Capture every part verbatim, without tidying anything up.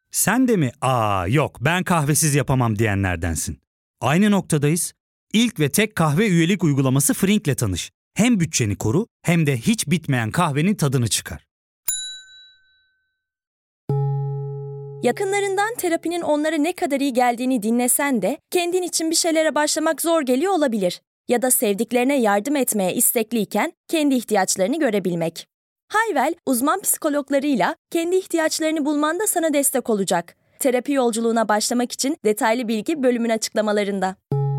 Sen de mi "Aa yok ben kahvesiz yapamam" diyenlerdensin? Aynı noktadayız. İlk ve tek kahve üyelik uygulaması Frink'le tanış. Hem bütçeni koru hem de hiç bitmeyen kahvenin tadını çıkar. Yakınlarından terapinin onlara ne kadar iyi geldiğini dinlesen de kendin için bir şeylere başlamak zor geliyor olabilir. Ya da sevdiklerine yardım etmeye istekliyken kendi ihtiyaçlarını görebilmek. Hayvel, uzman psikologlarıyla kendi ihtiyaçlarını bulmanda sana destek olacak. Terapi yolculuğuna başlamak için detaylı bilgi bölümün açıklamalarında.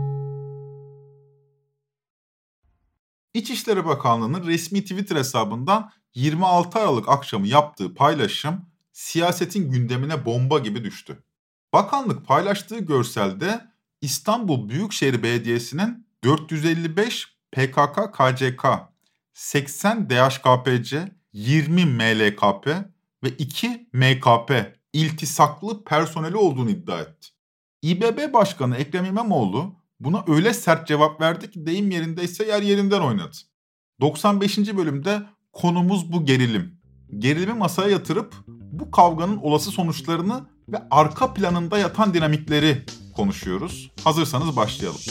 İçişleri Bakanlığı'nın resmi Twitter hesabından yirmi altı Aralık akşamı yaptığı paylaşım siyasetin gündemine bomba gibi düştü. Bakanlık paylaştığı görselde İstanbul Büyükşehir Belediyesi'nin dört yüz elli beş P K K K C K, seksen D H K P C, yirmi M L K P ve iki M K P iltisaklı personeli olduğunu iddia etti. İ B B Başkanı Ekrem İmamoğlu buna öyle sert cevap verdi ki deyim yerindeyse yer yerinden oynadı. doksan beşinci bölümde konumuz bu gerilim. Gerilimi masaya yatırıp bu kavganın olası sonuçlarını ve arka planında yatan dinamikleri konuşuyoruz. Hazırsanız başlayalım.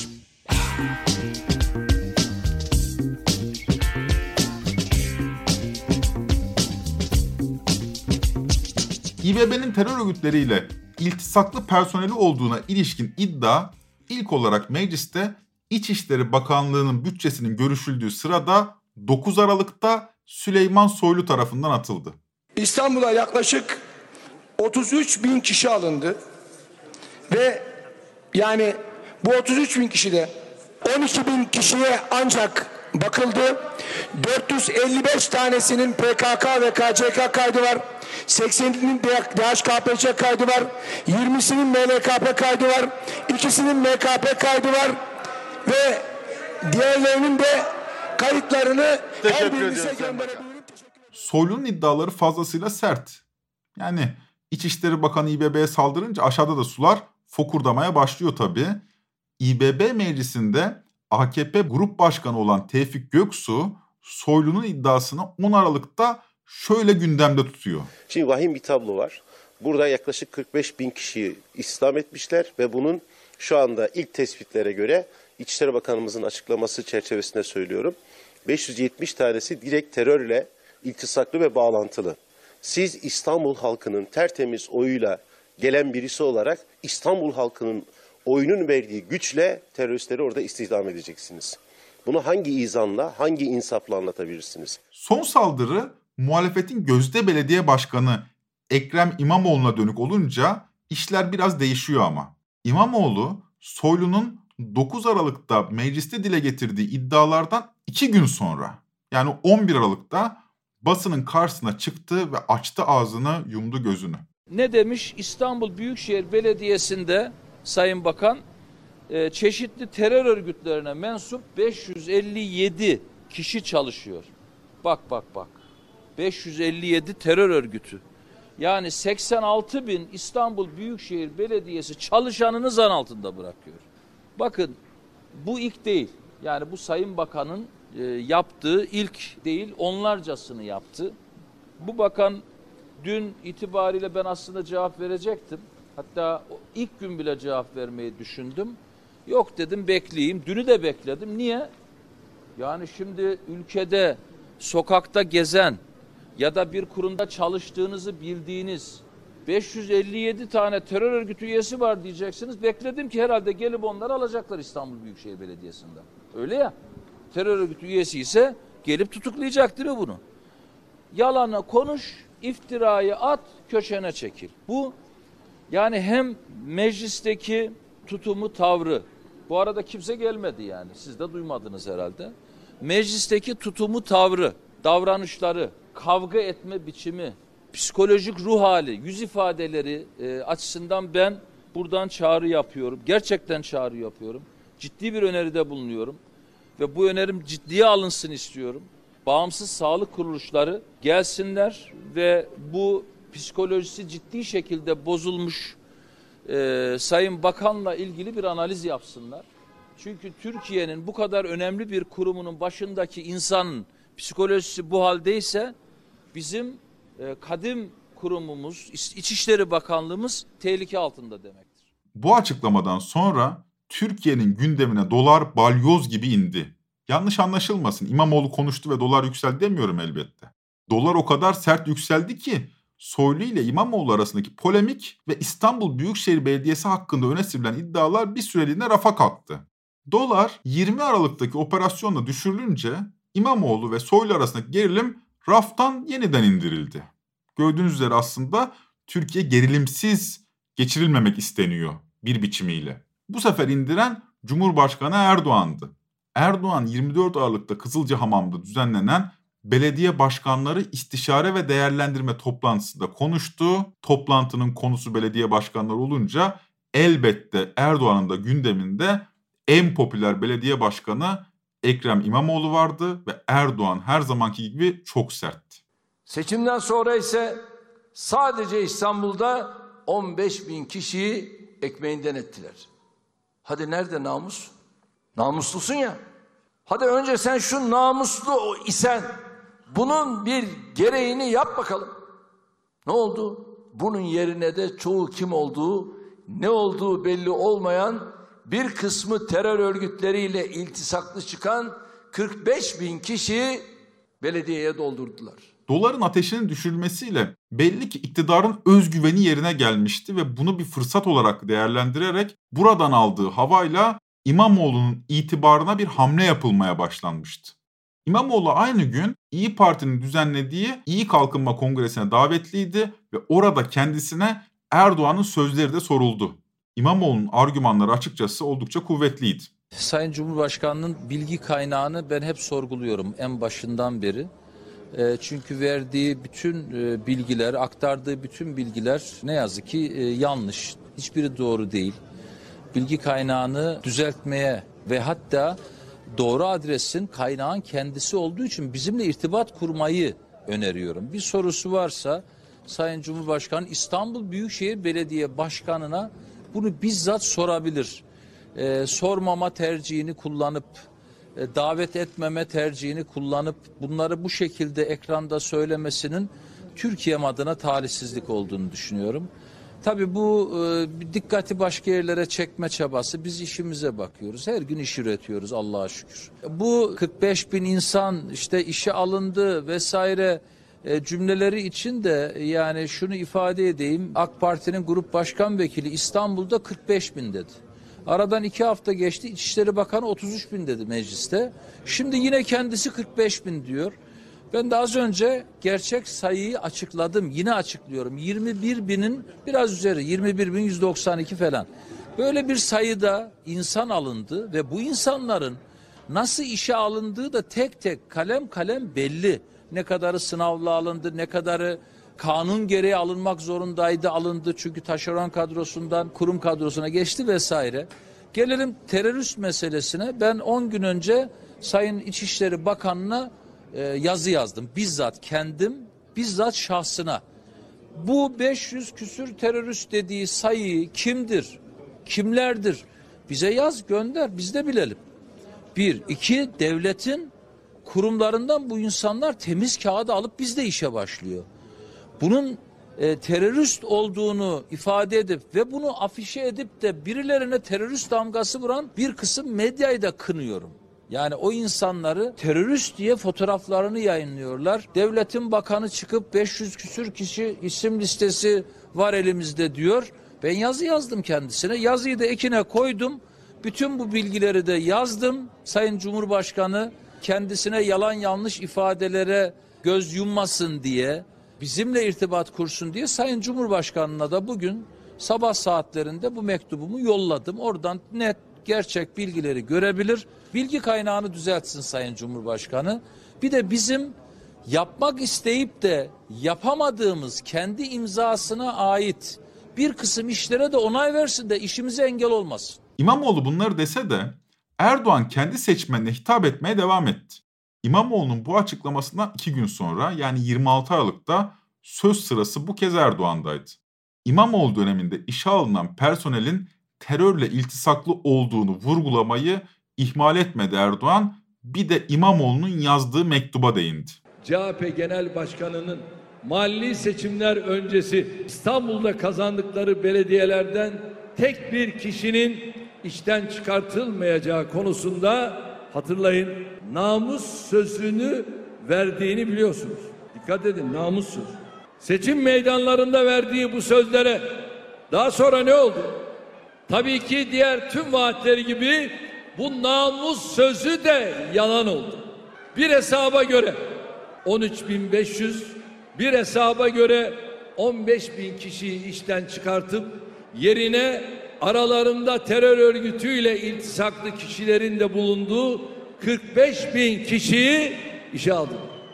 İ B B'nin terör örgütleriyle iltisaklı personeli olduğuna ilişkin iddia ilk olarak mecliste İçişleri Bakanlığı'nın bütçesinin görüşüldüğü sırada dokuz Aralık'ta Süleyman Soylu tarafından atıldı. İstanbul'a yaklaşık otuz üç bin kişi alındı ve yani bu otuz üç bin kişide on iki bin kişiye ancak bakıldı. dört yüz elli beş tanesinin P K K ve K C K kaydı var. sekseninin D H K P C kaydı var. yirmisinin M L K P kaydı var. ikisinin M K P kaydı var. Ve diğerlerinin de kayıtlarını her birinize gönderebilirim. Soylu'nun iddiaları fazlasıyla sert. Yani İçişleri Bakanı İ B B'ye saldırınca aşağıda da sular fokurdamaya başlıyor tabii. İ B B meclisinde A K P Grup Başkanı olan Tevfik Göksu, Soylu'nun iddiasını on Aralık'ta şöyle gündemde tutuyor. Şimdi vahim bir tablo var. Burada yaklaşık kırk beş bin kişiyi istihdam etmişler ve bunun şu anda ilk tespitlere göre İçişleri Bakanımızın açıklaması çerçevesinde söylüyorum. beş yüz yetmiş tanesi direkt terörle iltisaklı ve bağlantılı. Siz İstanbul halkının tertemiz oyuyla gelen birisi olarak İstanbul halkının oyunun verdiği güçle teröristleri orada istihdam edeceksiniz. Bunu hangi izanla, hangi insafla anlatabilirsiniz? Son saldırı muhalefetin gözde belediye başkanı Ekrem İmamoğlu'na dönük olunca işler biraz değişiyor ama. İmamoğlu, Soylu'nun dokuz Aralık'ta mecliste dile getirdiği iddialardan iki gün sonra, yani on bir Aralık'ta basının karşısına çıktı ve açtı ağzını, yumdu gözünü. Ne demiş? İstanbul Büyükşehir Belediyesi'nde Sayın Bakan e, çeşitli terör örgütlerine mensup beş yüz elli yedi kişi çalışıyor. Bak bak bak. beş yüz elli yedi terör örgütü. Yani seksen altı bin İstanbul Büyükşehir Belediyesi çalışanını zan altında bırakıyor. Bakın bu ilk değil. Yani bu Sayın Bakan'ın e, yaptığı ilk değil, onlarcasını yaptı. Bu bakan dün itibariyle ben aslında cevap verecektim. Hatta ilk gün bile cevap vermeyi düşündüm. Yok dedim, bekleyeyim. Dünü de bekledim. Niye? Yani şimdi ülkede sokakta gezen ya da bir kurumda çalıştığınızı bildiğiniz beş yüz elli yedi tane terör örgütü üyesi var diyeceksiniz. Bekledim ki herhalde gelip onları alacaklar İstanbul Büyükşehir Belediyesi'nden. Öyle ya. Terör örgütü üyesi ise gelip tutuklayacak değil mi bunu? Yalanı konuş, iftirayı at, köşene çekil. Bu yani hem meclisteki tutumu, tavrı, bu arada kimse gelmedi yani, siz de duymadınız herhalde. Meclisteki tutumu, tavrı, davranışları, kavga etme biçimi, psikolojik ruh hali, yüz ifadeleri e, açısından ben buradan çağrı yapıyorum. Gerçekten çağrı yapıyorum. Ciddi bir öneride bulunuyorum. Ve bu önerim ciddiye alınsın istiyorum. Bağımsız sağlık kuruluşları gelsinler ve bu psikolojisi ciddi şekilde bozulmuş e, Sayın Bakan'la ilgili bir analiz yapsınlar. Çünkü Türkiye'nin bu kadar önemli bir kurumunun başındaki insanın psikolojisi bu haldeyse bizim e, kadim kurumumuz, İçişleri Bakanlığımız tehlike altında demektir. Bu açıklamadan sonra Türkiye'nin gündemine dolar balyoz gibi indi. Yanlış anlaşılmasın, İmamoğlu konuştu ve dolar yükseldi demiyorum elbette. Dolar o kadar sert yükseldi ki Soylu ile İmamoğlu arasındaki polemik ve İstanbul Büyükşehir Belediyesi hakkında öne sürülen iddialar bir süreliğine rafa kalktı. Dolar yirmi Aralık'taki operasyonla düşürülünce İmamoğlu ve Soylu arasındaki gerilim raftan yeniden indirildi. Gördüğünüz üzere aslında Türkiye gerilimsiz geçirilmemek isteniyor bir biçimiyle. Bu sefer indiren Cumhurbaşkanı Erdoğan'dı. Erdoğan yirmi dört Aralık'ta Kızılcahamam'da düzenlenen belediye başkanları istişare ve değerlendirme toplantısında konuştu. Toplantının konusu belediye başkanları olunca elbette Erdoğan'ın da gündeminde en popüler belediye başkanı Ekrem İmamoğlu vardı ve Erdoğan her zamanki gibi çok sertti. Seçimden sonra ise sadece İstanbul'da on beş bin kişiyi ekmeğinden ettiler. Hadi nerede namus? Namuslusun ya. Hadi önce sen şu namuslu isen bunun bir gereğini yap bakalım. Ne oldu? Bunun yerine de çoğu kim olduğu, ne olduğu belli olmayan bir kısmı terör örgütleriyle iltisaklı çıkan kırk beş bin kişiyi belediyeye doldurdular. Doların ateşinin düşürülmesiyle belli ki iktidarın özgüveni yerine gelmişti ve bunu bir fırsat olarak değerlendirerek buradan aldığı havayla İmamoğlu'nun itibarına bir hamle yapılmaya başlanmıştı. İmamoğlu aynı gün İYİ Parti'nin düzenlediği İYİ Kalkınma Kongresi'ne davetliydi ve orada kendisine Erdoğan'ın sözleri de soruldu. İmamoğlu'nun argümanları açıkçası oldukça kuvvetliydi. Sayın Cumhurbaşkanı'nın bilgi kaynağını ben hep sorguluyorum en başından beri. Çünkü verdiği bütün bilgiler, aktardığı bütün bilgiler ne yazık ki yanlış. Hiçbiri doğru değil. Bilgi kaynağını düzeltmeye ve hatta doğru adresin kaynağın kendisi olduğu için bizimle irtibat kurmayı öneriyorum. Bir sorusu varsa Sayın Cumhurbaşkanı İstanbul Büyükşehir Belediye Başkanı'na bunu bizzat sorabilir. Ee, sormama tercihini kullanıp, e, davet etmeme tercihini kullanıp bunları bu şekilde ekranda söylemesinin Türkiye adına talihsizlik olduğunu düşünüyorum. Tabii bu e, dikkati başka yerlere çekme çabası. Biz işimize bakıyoruz. Her gün iş üretiyoruz Allah'a şükür. Bu kırk beş bin insan işte işe alındı vesaire e, cümleleri için de yani şunu ifade edeyim. AK Parti'nin Grup Başkan Vekili İstanbul'da kırk beş bin dedi. Aradan iki hafta geçti. İçişleri Bakanı otuz üç bin dedi mecliste. Şimdi yine kendisi kırk beş bin diyor. Ben de az önce gerçek sayıyı açıkladım. Yine açıklıyorum. yirmi bir binin biraz üzeri. yirmi bir bin yüz doksan iki falan. Böyle bir sayıda insan alındı ve bu insanların nasıl işe alındığı da tek tek kalem kalem belli. Ne kadarı sınavla alındı, ne kadarı kanun gereği alınmak zorundaydı alındı. Çünkü taşeron kadrosundan kurum kadrosuna geçti vesaire. Gelelim terörist meselesine. Ben on gün önce Sayın İçişleri Bakanı'na e, yazı yazdım. Bizzat kendim, bizzat şahsına. Bu beş yüz küsür terörist dediği sayı kimdir? Kimlerdir? Bize yaz, gönder, biz de bilelim. Bir, iki, devletin kurumlarından bu insanlar temiz kağıdı alıp bizde işe başlıyor. Bunun e, terörist olduğunu ifade edip ve bunu afişe edip de birilerine terörist damgası vuran bir kısım medyayı da kınıyorum. Yani o insanları terörist diye fotoğraflarını yayınlıyorlar. Devletin bakanı çıkıp beş yüz küsür kişi isim listesi var elimizde diyor. Ben yazı yazdım kendisine. Yazıyı da ekine koydum. Bütün bu bilgileri de yazdım. Sayın Cumhurbaşkanı kendisine yalan yanlış ifadelere göz yummasın diye, bizimle irtibat kursun diye Sayın Cumhurbaşkanı'na da bugün sabah saatlerinde bu mektubumu yolladım. Oradan net, gerçek bilgileri görebilir. Bilgi kaynağını düzeltsin Sayın Cumhurbaşkanı. Bir de bizim yapmak isteyip de yapamadığımız kendi imzasına ait bir kısım işlere de onay versin de işimize engel olmasın. İmamoğlu bunları dese de Erdoğan kendi seçmenine hitap etmeye devam etti. İmamoğlu'nun bu açıklamasından iki gün sonra yani yirmi altı Aralık'ta söz sırası bu kez Erdoğan'daydı. İmamoğlu döneminde işe alınan personelin terörle iltisaklı olduğunu vurgulamayı ihmal etmedi Erdoğan. Bir de İmamoğlu'nun yazdığı mektuba değindi. C H P Genel Başkanı'nın mahalli seçimler öncesi İstanbul'da kazandıkları belediyelerden tek bir kişinin işten çıkartılmayacağı konusunda hatırlayın namus sözünü verdiğini biliyorsunuz. Dikkat edin, namus sözü. Seçim meydanlarında verdiği bu sözlere daha sonra ne oldu? Tabii ki diğer tüm vaatleri gibi bu namus sözü de yalan oldu. Bir hesaba göre on üç bin beş yüz, bir hesaba göre on beş bin kişiyi işten çıkartıp yerine aralarında terör örgütüyle iltisaklı kişilerin de bulunduğu kırk beş bin kişiyi işe aldı.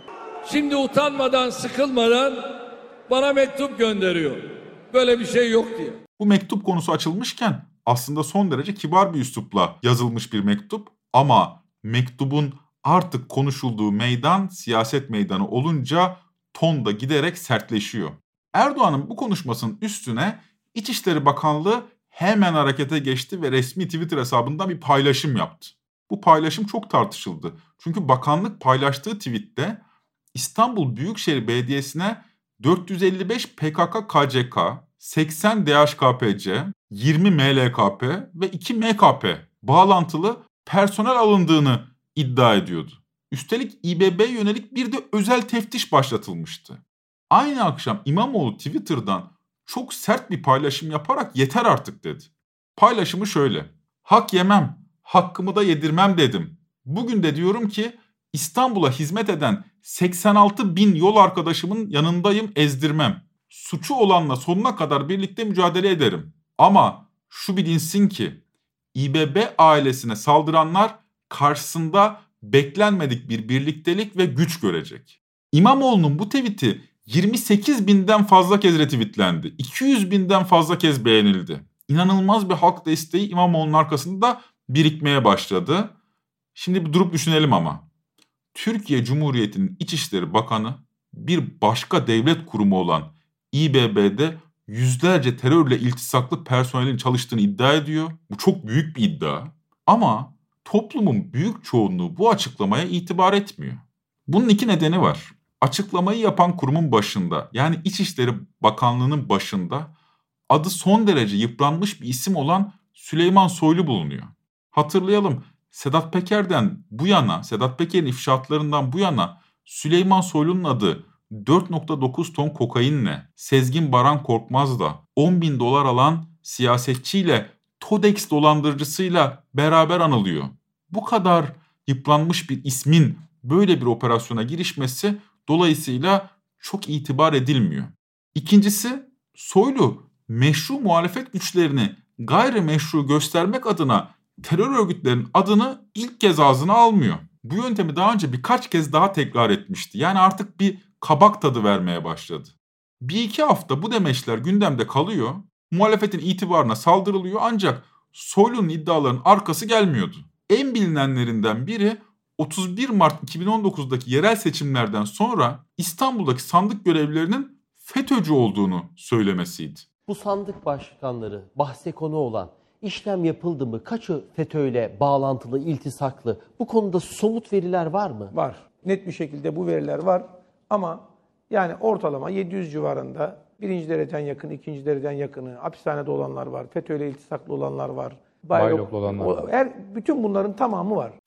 Şimdi utanmadan, sıkılmadan bana mektup gönderiyor. Böyle bir şey yok diye. Bu mektup konusu açılmışken aslında son derece kibar bir üslupla yazılmış bir mektup ama mektubun artık konuşulduğu meydan siyaset meydanı olunca ton da giderek sertleşiyor. Erdoğan'ın bu konuşmasının üstüne İçişleri Bakanlığı hemen harekete geçti ve resmi Twitter hesabından bir paylaşım yaptı. Bu paylaşım çok tartışıldı. Çünkü bakanlık paylaştığı tweette İstanbul Büyükşehir Belediyesi'ne dört yüz elli beş P K K K C K, seksen D H K P C, yirmi M L K P ve iki M K P bağlantılı personel alındığını iddia ediyordu. Üstelik İ B B'ye yönelik bir de özel teftiş başlatılmıştı. Aynı akşam İmamoğlu Twitter'dan çok sert bir paylaşım yaparak yeter artık dedi. Paylaşımı şöyle: hak yemem, hakkımı da yedirmem dedim. Bugün de diyorum ki İstanbul'a hizmet eden seksen altı bin yol arkadaşımın yanındayım, ezdirmem. Suçu olanla sonuna kadar birlikte mücadele ederim. Ama şu bilinsin ki İ B B ailesine saldıranlar karşısında beklenmedik bir birliktelik ve güç görecek. İmamoğlu'nun bu tweet'i yirmi sekiz binden fazla kez retweetlendi. iki yüz binden fazla kez beğenildi. İnanılmaz bir halk desteği İmamoğlu'nun arkasında birikmeye başladı. Şimdi bir durup düşünelim ama. Türkiye Cumhuriyeti'nin İçişleri Bakanı bir başka devlet kurumu olan İ B B'de yüzlerce terörle iltisaklı personelin çalıştığını iddia ediyor. Bu çok büyük bir iddia. Ama toplumun büyük çoğunluğu bu açıklamaya itibar etmiyor. Bunun iki nedeni var. Açıklamayı yapan kurumun başında, yani İçişleri Bakanlığı'nın başında adı son derece yıpranmış bir isim olan Süleyman Soylu bulunuyor. Hatırlayalım, Sedat Peker'den bu yana, Sedat Peker'in ifşaatlarından bu yana Süleyman Soylu'nun adı dört virgül dokuz ton kokainle, Sezgin Baran Korkmaz'la, on bin dolar alan siyasetçiyle, TODEX dolandırıcısıyla beraber anılıyor. Bu kadar yıpranmış bir ismin böyle bir operasyona girişmesi dolayısıyla çok itibar edilmiyor. İkincisi, Soylu meşru muhalefet güçlerini gayrimeşru göstermek adına terör örgütlerinin adını ilk kez ağzına almıyor. Bu yöntemi daha önce birkaç kez daha tekrar etmişti. Yani artık bir kabak tadı vermeye başladı. Bir iki hafta bu demeçler gündemde kalıyor. Muhalefetin itibarına saldırılıyor ancak Soylu'nun iddialarının arkası gelmiyordu. En bilinenlerinden biri otuz bir Mart iki bin on dokuzdaki yerel seçimlerden sonra İstanbul'daki sandık görevlilerinin FETÖ'cü olduğunu söylemesiydi. Bu sandık başkanları bahse konu olan işlem yapıldı mı? Kaçı FETÖ'yle bağlantılı, iltisaklı? Bu konuda somut veriler var mı? Var. Net bir şekilde bu veriler var ama yani ortalama yedi yüz civarında birinci dereceden yakın, ikinci dereceden yakını, hapishanede olanlar var, FETÖ'yle iltisaklı olanlar var. Bayloklu olanlar var. Her, bütün bunların tamamı var.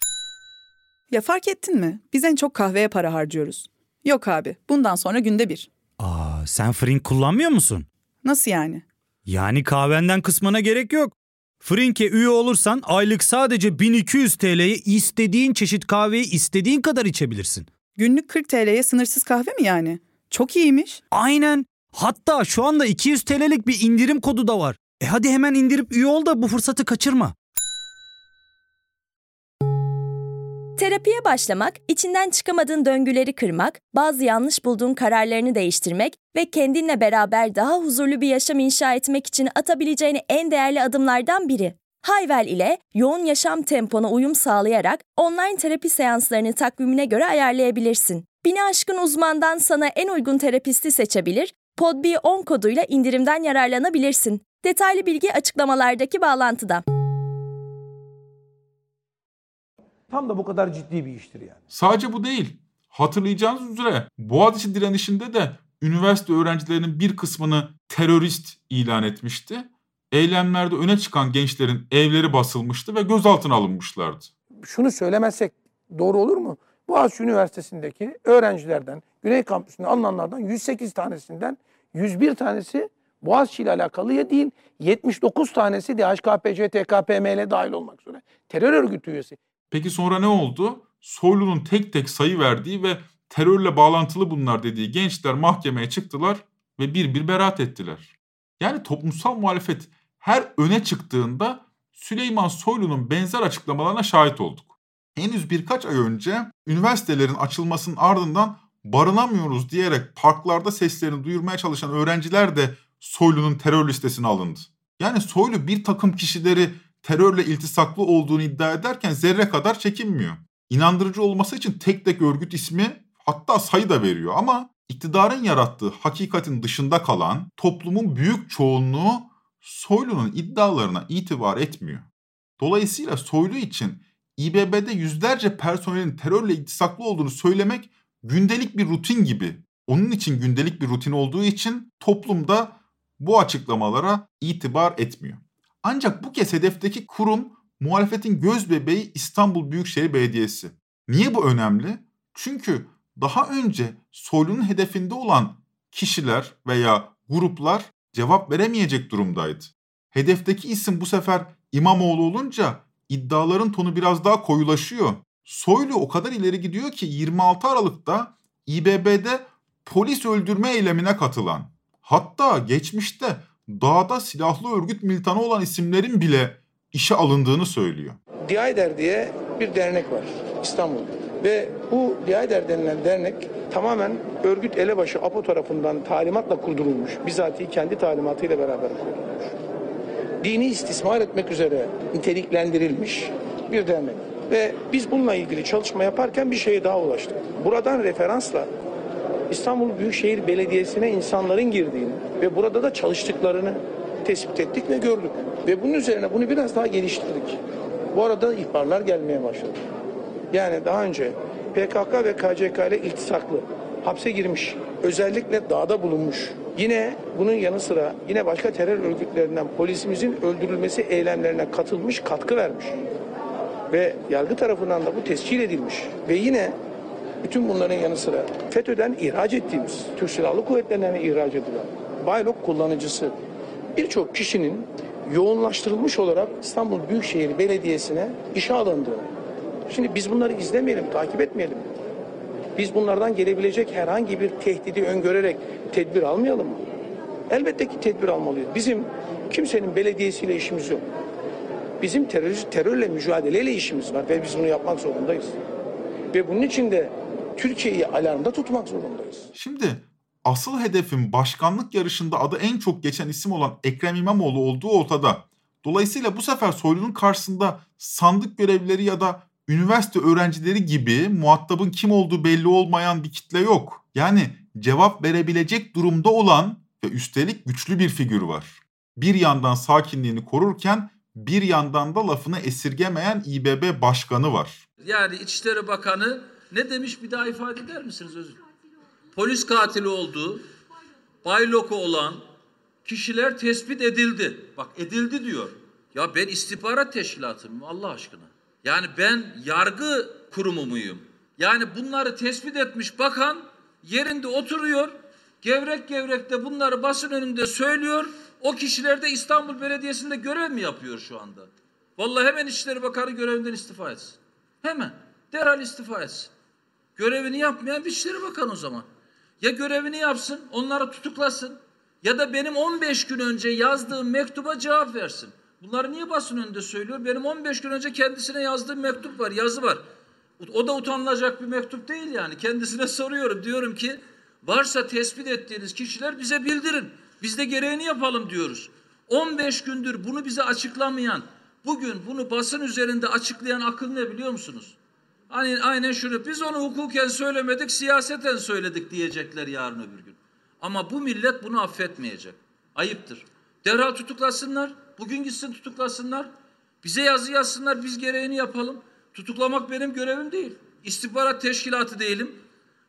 Ya fark ettin mi? Biz en çok kahveye para harcıyoruz. Yok abi, bundan sonra günde bir. Aa, sen Frink kullanmıyor musun? Nasıl yani? Yani kahvenden kısmına gerek yok. Frink'e üye olursan aylık sadece bin iki yüz T L'ye istediğin çeşit kahveyi istediğin kadar içebilirsin. Günlük kırk T L'ye sınırsız kahve mi yani? Çok iyiymiş. Aynen. Hatta şu anda iki yüz T L'lik bir indirim kodu da var. E hadi hemen indirip üye ol da bu fırsatı kaçırma. Terapiye başlamak, içinden çıkamadığın döngüleri kırmak, bazı yanlış bulduğun kararlarını değiştirmek ve kendinle beraber daha huzurlu bir yaşam inşa etmek için atabileceğin en değerli adımlardan biri. Hayvel ile yoğun yaşam tempona uyum sağlayarak online terapi seanslarını takvimine göre ayarlayabilirsin. Bini aşkın uzmandan sana en uygun terapisti seçebilir, Pod B on koduyla indirimden yararlanabilirsin. Detaylı bilgi açıklamalardaki bağlantıda. Tam da bu kadar ciddi bir iştir yani. Sadece bu değil. Hatırlayacağınız üzere Boğaziçi direnişinde de üniversite öğrencilerinin bir kısmını terörist ilan etmişti. Eylemlerde öne çıkan gençlerin evleri basılmıştı ve gözaltına alınmışlardı. Şunu söylemezsek doğru olur mu? Boğaziçi Üniversitesi'ndeki öğrencilerden, Güney Kampüsü'nde alınanlardan yüz sekiz tanesinden yüz bir tanesi Boğaziçi ile alakalı ya değil, yetmiş dokuz tanesi D H K P C, T K P M L dahil olmak üzere terör örgütü üyesi. Peki sonra ne oldu? Soylu'nun tek tek sayı verdiği ve terörle bağlantılı bunlar dediği gençler mahkemeye çıktılar ve bir bir beraat ettiler. Yani toplumsal muhalefet her öne çıktığında Süleyman Soylu'nun benzer açıklamalarına şahit olduk. Henüz birkaç ay önce üniversitelerin açılmasının ardından barınamıyoruz diyerek parklarda seslerini duyurmaya çalışan öğrenciler de Soylu'nun terör listesine alındı. Yani Soylu bir takım kişileri terörle iltisaklı olduğunu iddia ederken zerre kadar çekinmiyor. İnandırıcı olması için tek tek örgüt ismi, hatta sayı da veriyor ama iktidarın yarattığı hakikatin dışında kalan toplumun büyük çoğunluğu Soylu'nun iddialarına itibar etmiyor. Dolayısıyla Soylu için İ B B'de yüzlerce personelin terörle iltisaklı olduğunu söylemek gündelik bir rutin gibi. Onun için gündelik bir rutin olduğu için toplumda bu açıklamalara itibar etmiyor. Ancak bu kez hedefteki kurum muhalefetin gözbebeği İstanbul Büyükşehir Belediyesi. Niye bu önemli? Çünkü daha önce Soylu'nun hedefinde olan kişiler veya gruplar cevap veremeyecek durumdaydı. Hedefteki isim bu sefer İmamoğlu olunca iddiaların tonu biraz daha koyulaşıyor. Soylu o kadar ileri gidiyor ki yirmi altı Aralık'ta İ B B'de polis öldürme eylemine katılan, hatta geçmişte dağda silahlı örgüt militanı olan isimlerin bile işe alındığını söylüyor. Diyader diye bir dernek var İstanbul'da. Ve bu Diyader denilen dernek tamamen örgüt elebaşı Apo tarafından talimatla kurdurulmuş. Bizatihi kendi talimatıyla beraber kurulmuş. Dini istismar etmek üzere niteliklendirilmiş bir dernek. Ve biz bununla ilgili çalışma yaparken bir şeye daha ulaştık. Buradan referansla İstanbul Büyükşehir Belediyesi'ne insanların girdiğini ve burada da çalıştıklarını tespit ettik ve gördük. Ve bunun üzerine bunu biraz daha geliştirdik. Bu arada ihbarlar gelmeye başladı. Yani daha önce P K K ve K C K ile iltisaklı, hapse girmiş, özellikle dağda bulunmuş. Yine bunun yanı sıra yine başka terör örgütlerinden polisimizin öldürülmesi eylemlerine katılmış, katkı vermiş. Ve yargı tarafından da bu tescil edilmiş. Ve yine bütün bunların yanı sıra FETÖ'den ihraç ettiğimiz, Türk Silahlı Kuvvetleri'nden ihraç edilen Baylok kullanıcısı birçok kişinin yoğunlaştırılmış olarak İstanbul Büyükşehir Belediyesi'ne işe alındığını. Şimdi biz bunları izlemeyelim, takip etmeyelim. Biz bunlardan gelebilecek herhangi bir tehdidi öngörerek tedbir almayalım mı? Elbette ki tedbir almalıyız. Bizim kimsenin belediyesiyle işimiz yok. Bizim terör, terörle mücadeleyle işimiz var ve biz bunu yapmak zorundayız. Ve bunun için de Türkiye'yi alarmda tutmak zorundayız. Şimdi asıl hedefin başkanlık yarışında adı en çok geçen isim olan Ekrem İmamoğlu olduğu ortada. Dolayısıyla bu sefer Soylu'nun karşısında sandık görevlileri ya da üniversite öğrencileri gibi muhatabın kim olduğu belli olmayan bir kitle yok. Yani cevap verebilecek durumda olan ve üstelik güçlü bir figür var. Bir yandan sakinliğini korurken bir yandan da lafını esirgemeyen İ B B başkanı var. Yani İçişleri Bakanı ne demiş, bir daha ifade eder misiniz özür? Polis katili olduğu, Baylok'u olan kişiler tespit edildi. Bak edildi diyor. Ya ben istihbarat teşkilatı mıyım Allah aşkına? Yani ben yargı kurumu muyum? Yani bunları tespit etmiş bakan yerinde oturuyor. Gevrek gevrek de bunları basın önünde söylüyor. O kişiler de İstanbul Belediyesi'nde görev mi yapıyor şu anda? Vallahi hemen İçişleri Bakanı görevinden istifa etsin. Hemen. Derhal istifa etsin. Görevini yapmayan bir İçişleri Bakanı o zaman. Ya görevini yapsın, onları tutuklasın ya da benim on beş gün önce yazdığım mektuba cevap versin. Bunları niye basın önünde söylüyor? Benim on beş gün önce kendisine yazdığım mektup var, yazı var. O da utanılacak bir mektup değil yani. Kendisine soruyorum, diyorum ki varsa tespit ettiğiniz kişiler bize bildirin. Biz de gereğini yapalım diyoruz. on beş gündür bunu bize açıklamayan, bugün bunu basın üzerinde açıklayan akıl ne biliyor musunuz? Hani aynen şunu, biz onu hukuken söylemedik, siyaseten söyledik diyecekler yarın öbür gün. Ama bu millet bunu affetmeyecek. Ayıptır. Derhal tutuklasınlar, bugün gitsin tutuklasınlar. Bize yazı yazsınlar, biz gereğini yapalım. Tutuklamak benim görevim değil. İstihbarat teşkilatı değilim.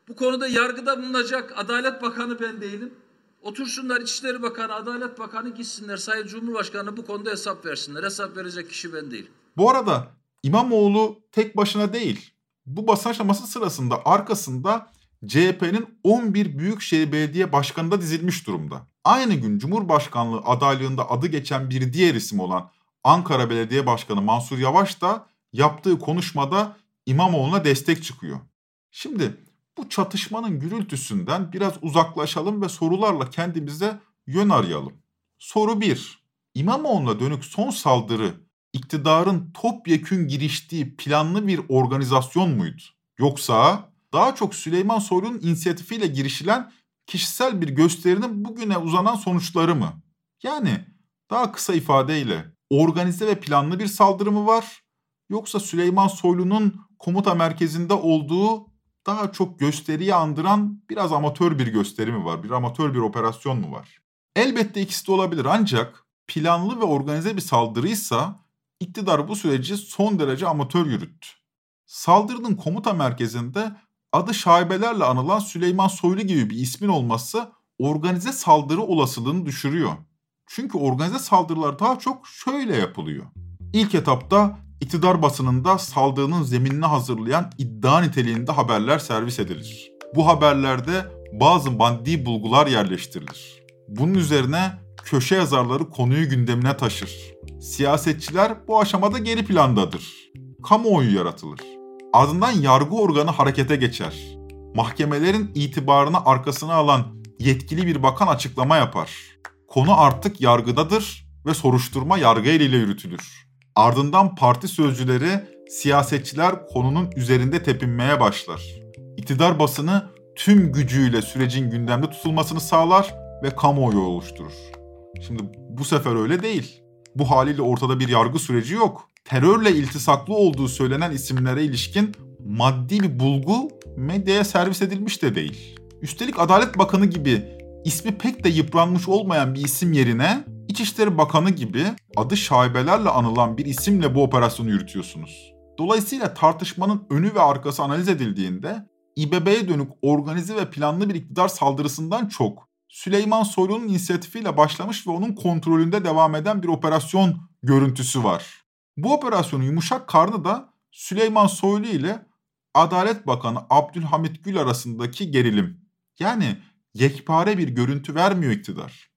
Bu konuda yargıda bulunacak Adalet Bakanı ben değilim. Otursunlar İçişleri Bakanı, Adalet Bakanı gitsinler. Sayın Cumhurbaşkanı bu konuda hesap versinler. Hesap verecek kişi ben değilim. Bu arada İmamoğlu tek başına değil. Bu basın açıklaması sırasında arkasında C H P'nin on bir Büyükşehir Belediye Başkanı da dizilmiş durumda. Aynı gün Cumhurbaşkanlığı adaylığında adı geçen bir diğer isim olan Ankara Belediye Başkanı Mansur Yavaş da yaptığı konuşmada İmamoğlu'na destek çıkıyor. Şimdi bu çatışmanın gürültüsünden biraz uzaklaşalım ve sorularla kendimize yön arayalım. Soru bir. İmamoğlu'na dönük son saldırı iktidarın topyekün giriştiği planlı bir organizasyon muydu? Yoksa daha çok Süleyman Soylu'nun inisiyatifiyle girişilen kişisel bir gösterinin bugüne uzanan sonuçları mı? Yani daha kısa ifadeyle organize ve planlı bir saldırı mı var? Yoksa Süleyman Soylu'nun komuta merkezinde olduğu daha çok gösteriyi andıran biraz amatör bir gösteri mi var? Bir amatör bir operasyon mu var? Elbette ikisi de olabilir ancak planlı ve organize bir saldırıysa iktidar bu süreci son derece amatör yürüttü. Saldırının komuta merkezinde adı şaibelerle anılan Süleyman Soylu gibi bir ismin olması organize saldırı olasılığını düşürüyor. Çünkü organize saldırılar daha çok şöyle yapılıyor. İlk etapta iktidar basınında saldırının zeminini hazırlayan iddia niteliğinde haberler servis edilir. Bu haberlerde bazı maddi bulgular yerleştirilir. Bunun üzerine köşe yazarları konuyu gündemine taşır. Siyasetçiler bu aşamada geri plandadır. Kamuoyu yaratılır. Ardından yargı organı harekete geçer. Mahkemelerin itibarını arkasına alan yetkili bir bakan açıklama yapar. Konu artık yargıdadır ve soruşturma yargı eliyle yürütülür. Ardından parti sözcüleri, siyasetçiler konunun üzerinde tepinmeye başlar. İktidar basını tüm gücüyle sürecin gündemde tutulmasını sağlar ve kamuoyu oluşturur. Şimdi bu sefer öyle değil. Bu haliyle ortada bir yargı süreci yok. Terörle iltisaklı olduğu söylenen isimlere ilişkin maddi bir bulgu medyaya servis edilmiş de değil. Üstelik Adalet Bakanı gibi ismi pek de yıpranmış olmayan bir isim yerine İçişleri Bakanı gibi adı şaibelerle anılan bir isimle bu operasyonu yürütüyorsunuz. Dolayısıyla tartışmanın önü ve arkası analiz edildiğinde İ B B'ye dönük organize ve planlı bir iktidar saldırısından çok Süleyman Soylu'nun inisiyatifiyle başlamış ve onun kontrolünde devam eden bir operasyon görüntüsü var. Bu operasyonun yumuşak karnı da Süleyman Soylu ile Adalet Bakanı Abdülhamit Gül arasındaki gerilim. Yani yekpare bir görüntü vermiyor iktidar.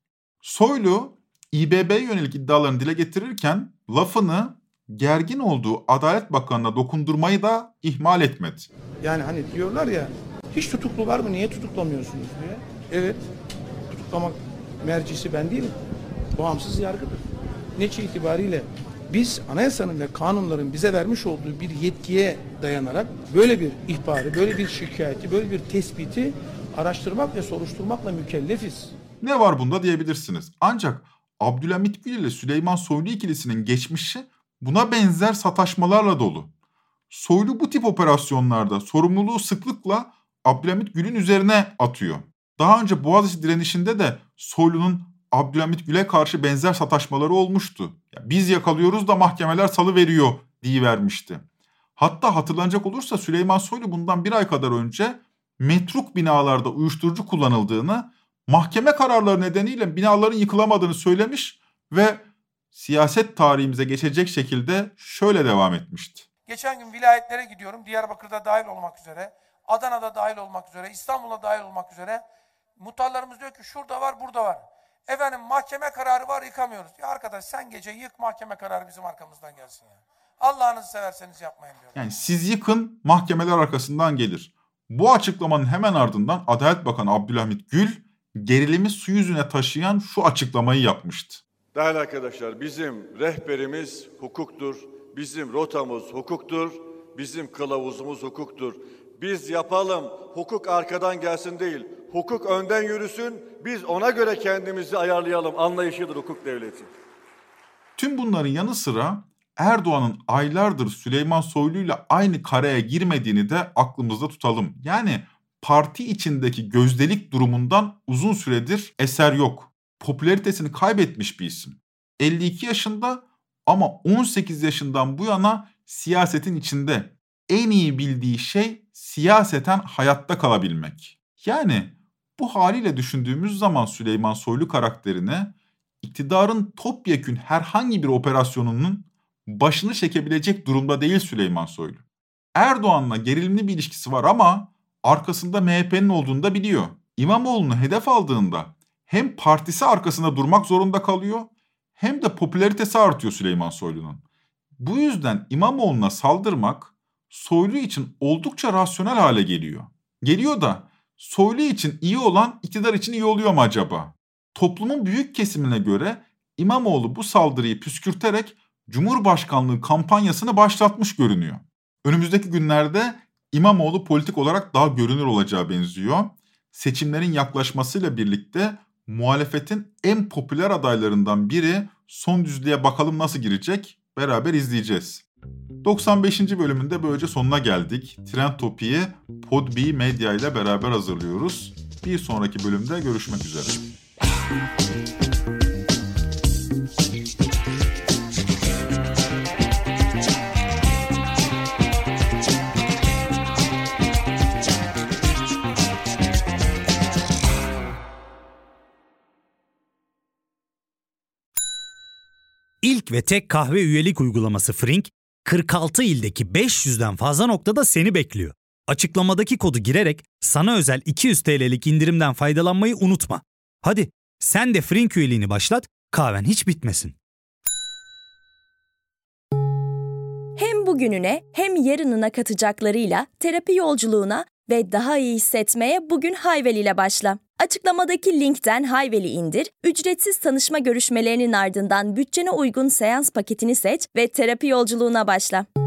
Soylu İ B B'ye yönelik iddialarını dile getirirken lafını gergin olduğu Adalet Bakanı'na dokundurmayı da ihmal etmedi. Yani hani diyorlar ya, hiç tutuklu var mı, niye tutuklamıyorsunuz diye. Evet, tutuklamak mercisi ben değilim. Bağımsız yargıdır. Netice itibariyle biz anayasanın ve kanunların bize vermiş olduğu bir yetkiye dayanarak böyle bir ihbarı, böyle bir şikayeti, böyle bir tespiti araştırmak ve soruşturmakla mükellefiz. Ne var bunda diyebilirsiniz. Ancak Abdülhamit Gül ile Süleyman Soylu ikilisinin geçmişi buna benzer sataşmalarla dolu. Soylu bu tip operasyonlarda sorumluluğu sıklıkla Abdülhamit Gül'ün üzerine atıyor. Daha önce Boğaziçi direnişinde de Soylu'nun Abdülhamit Gül'e karşı benzer sataşmaları olmuştu. Ya biz yakalıyoruz da mahkemeler salıveriyor diyivermişti. Hatta hatırlanacak olursa Süleyman Soylu bundan bir ay kadar önce metruk binalarda uyuşturucu kullanıldığını, mahkeme kararları nedeniyle binaların yıkılamadığını söylemiş ve siyaset tarihimize geçecek şekilde şöyle devam etmişti. Geçen gün vilayetlere gidiyorum. Diyarbakır'da dahil olmak üzere, Adana'da dahil olmak üzere, İstanbul'da dahil olmak üzere. Muhtarlarımız diyor ki şurada var, burada var. Efendim mahkeme kararı var, yıkamıyoruz. Ya arkadaş sen gece yık, mahkeme kararı bizim arkamızdan gelsin ya. Allah'ınızı severseniz yapmayın diyor. Yani siz yıkın, mahkemeler arkasından gelir. Bu açıklamanın hemen ardından Adalet Bakanı Abdülhamit Gül gerilimi su yüzüne taşıyan şu açıklamayı yapmıştı. Değerli arkadaşlar, bizim rehberimiz hukuktur, bizim rotamız hukuktur, bizim kılavuzumuz hukuktur. Biz yapalım, hukuk arkadan gelsin değil, hukuk önden yürüsün, biz ona göre kendimizi ayarlayalım anlayışıdır hukuk devleti. Tüm bunların yanı sıra Erdoğan'ın aylardır Süleyman Soylu'yla aynı kareye girmediğini de aklımızda tutalım. Yani parti içindeki gözdelik durumundan uzun süredir eser yok. Popülaritesini kaybetmiş bir isim. elli iki yaşında ama on sekiz yaşından bu yana siyasetin içinde. En iyi bildiği şey siyaseten hayatta kalabilmek. Yani bu haliyle düşündüğümüz zaman Süleyman Soylu karakterini iktidarın topyekün herhangi bir operasyonunun başını çekebilecek durumda değil Süleyman Soylu. Erdoğan'la gerilimli bir ilişkisi var ama arkasında M H P'nin olduğunu da biliyor. İmamoğlu'nu hedef aldığında hem partisi arkasında durmak zorunda kalıyor hem de popülaritesi artıyor Süleyman Soylu'nun. Bu yüzden İmamoğlu'na saldırmak Soylu için oldukça rasyonel hale geliyor. Geliyor da Soylu için iyi olan iktidar için iyi oluyor mu acaba? Toplumun büyük kesimine göre İmamoğlu bu saldırıyı püskürterek Cumhurbaşkanlığı kampanyasını başlatmış görünüyor. Önümüzdeki günlerde İmamoğlu politik olarak daha görünür olacağı benziyor. Seçimlerin yaklaşmasıyla birlikte muhalefetin en popüler adaylarından biri son düzlüğe bakalım nasıl girecek beraber izleyeceğiz. doksan beşinci bölümünde böylece sonuna geldik. Trend Topi'yi Podbi Medya ile beraber hazırlıyoruz. Bir sonraki bölümde görüşmek üzere. İlk ve tek kahve üyelik uygulaması Frink, kırk altı ildeki beş yüzden fazla noktada seni bekliyor. Açıklamadaki kodu girerek sana özel iki yüz TL'lik indirimden faydalanmayı unutma. Hadi sen de Frink üyeliğini başlat, kahven hiç bitmesin. Hem bugününe hem yarınına katacaklarıyla terapi yolculuğuna ve daha iyi hissetmeye bugün Hayvel ile başla. Açıklamadaki linkten Hayvel'i indir, ücretsiz tanışma görüşmelerinin ardından bütçene uygun seans paketini seç ve terapi yolculuğuna başla.